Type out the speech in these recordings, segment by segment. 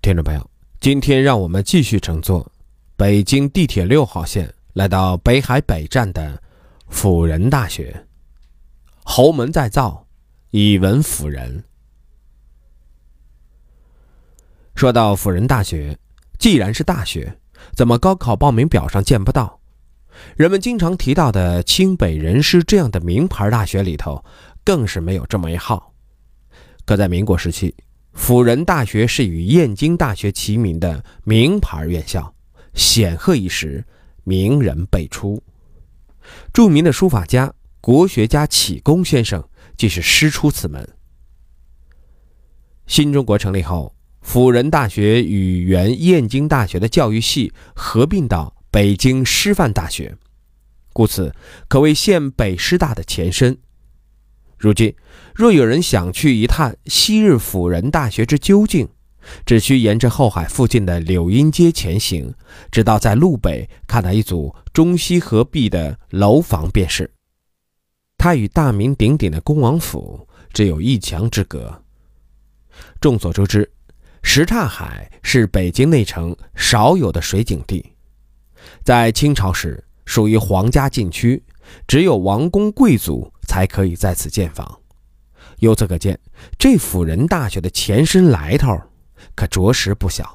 听众朋友，今天让我们继续乘坐北京地铁6号线来到北海北站的辅仁大学。侯门再造，以闻辅仁。说到辅仁大学，既然是大学，怎么高考报名表上见不到？人们经常提到的清北人师这样的名牌大学里头，更是没有这么一号。可在民国时期，辅仁大学是与燕京大学齐名的名牌院校，显赫一时，名人辈出。著名的书法家、国学家启功先生即是师出此门。新中国成立后，辅仁大学与原燕京大学的教育系合并到北京师范大学，故此可谓现北师大的前身。如今若有人想去一探昔日辅仁大学之究竟，只需沿着后海附近的柳荫街前行，直到在路北看到一组中西合璧的楼房便是。它与大名鼎鼎的恭王府只有一墙之隔。众所周知，什刹海是北京内城少有的水景地，在清朝时属于皇家禁区，只有王公贵族才可以在此建房。由此可见，这辅仁大学的前身来头可着实不小。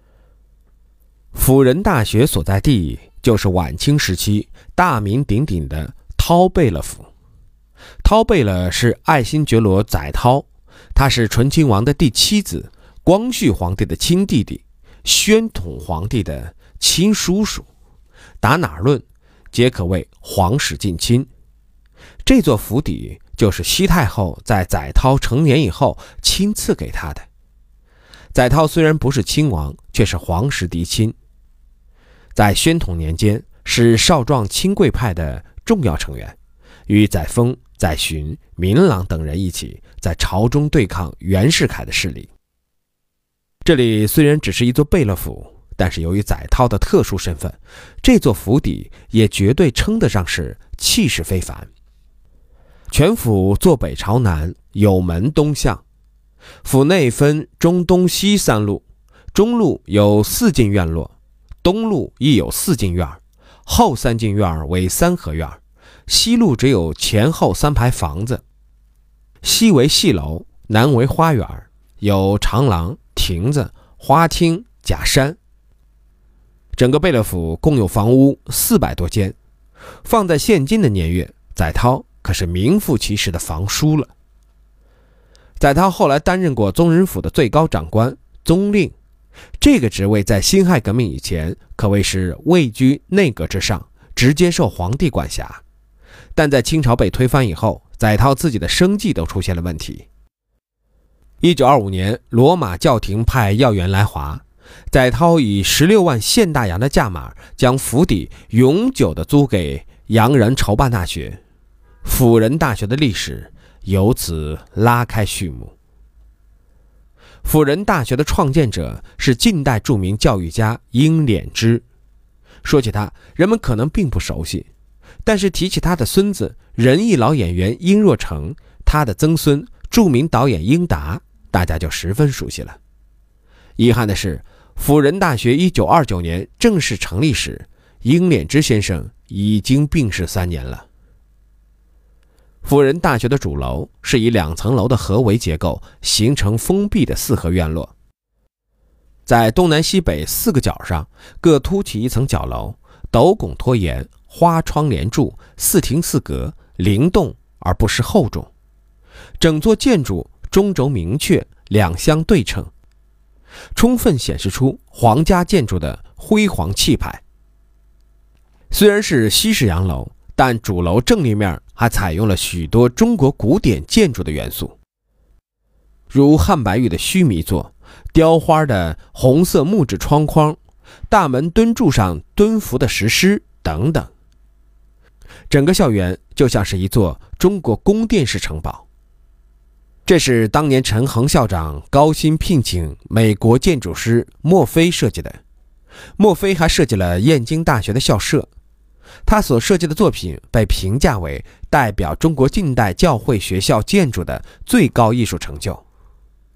辅仁大学所在地就是晚清时期大名鼎鼎的韬贝勒府。韬贝勒是爱新觉罗载韬，他是醇亲王的第7子，光绪皇帝的亲弟弟，宣统皇帝的亲叔叔，打哪儿论皆可谓皇室近亲。这座府邸就是西太后在载韬成年以后亲赐给他的。载韬虽然不是亲王，却是皇室嫡亲，在宣统年间是少壮亲贵派的重要成员，与载沣、载洵、民郎等人一起在朝中对抗袁世凯的势力。这里虽然只是一座贝勒府，但是由于载韬的特殊身份，这座府邸也绝对称得上是气势非凡。全府坐北朝南，有门东向，府内分中东西3路，中路有4进院落，东路亦有4进院，后3进院为3合院，西路只有前后3排房子，西为戏楼，南为花园，有长廊、亭子、花厅、假山。整个贝勒府共有房屋400多间，放在现今的年月，载韬可是名副其实的房叔了。载韬后来担任过宗人府的最高长官宗令，这个职位在辛亥革命以前可谓是位居内阁之上，直接受皇帝管辖。但在清朝被推翻以后，载韬自己的生计都出现了问题。1925年，罗马教廷派要员来华，载韬以16万现大洋的价码将府邸永久地租给洋人筹办大学。辅仁大学的历史由此拉开序幕。辅仁大学的创建者是近代著名教育家英敛之。说起他，人们可能并不熟悉，但是提起他的孙子仁义老演员殷若成，他的曾孙著名导演英达，大家就十分熟悉了。遗憾的是，辅仁大学1929年正式成立时，英敛之先生已经病逝3年了。辅仁大学的主楼是以2层楼的合围结构形成封闭的4合院落，在东南西北4个角上各凸起一层角楼，斗拱拖檐，花窗连柱，4亭4阁，灵动而不失厚重。整座建筑中轴明确，两相对称，充分显示出皇家建筑的辉煌气派。虽然是西式洋楼，但主楼正立面还采用了许多中国古典建筑的元素，如汉白玉的须弥座、雕花的红色木质窗框、大门墩柱上蹲伏的石狮等等。整个校园就像是一座中国宫殿式城堡。这是当年陈恒校长高薪聘请美国建筑师墨菲设计的。墨菲还设计了燕京大学的校舍，他所设计的作品被评价为代表中国近代教会学校建筑的最高艺术成就。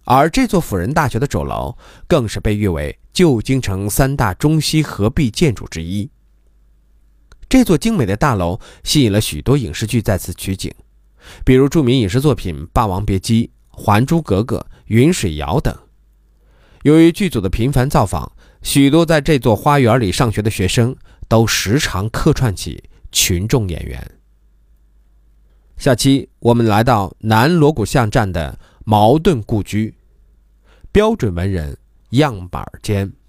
而这座辅仁大学的肘楼更是被誉为旧京城3大中西合璧建筑之一。这座精美的大楼吸引了许多影视剧在此取景，比如著名影视作品《霸王别姬》《还珠格格》《云水谣》等。由于剧组的频繁造访，许多在这座花园里上学的学生都时常客串起群众演员。下期我们来到南锣鼓巷站的茅盾故居，标准文人样板间。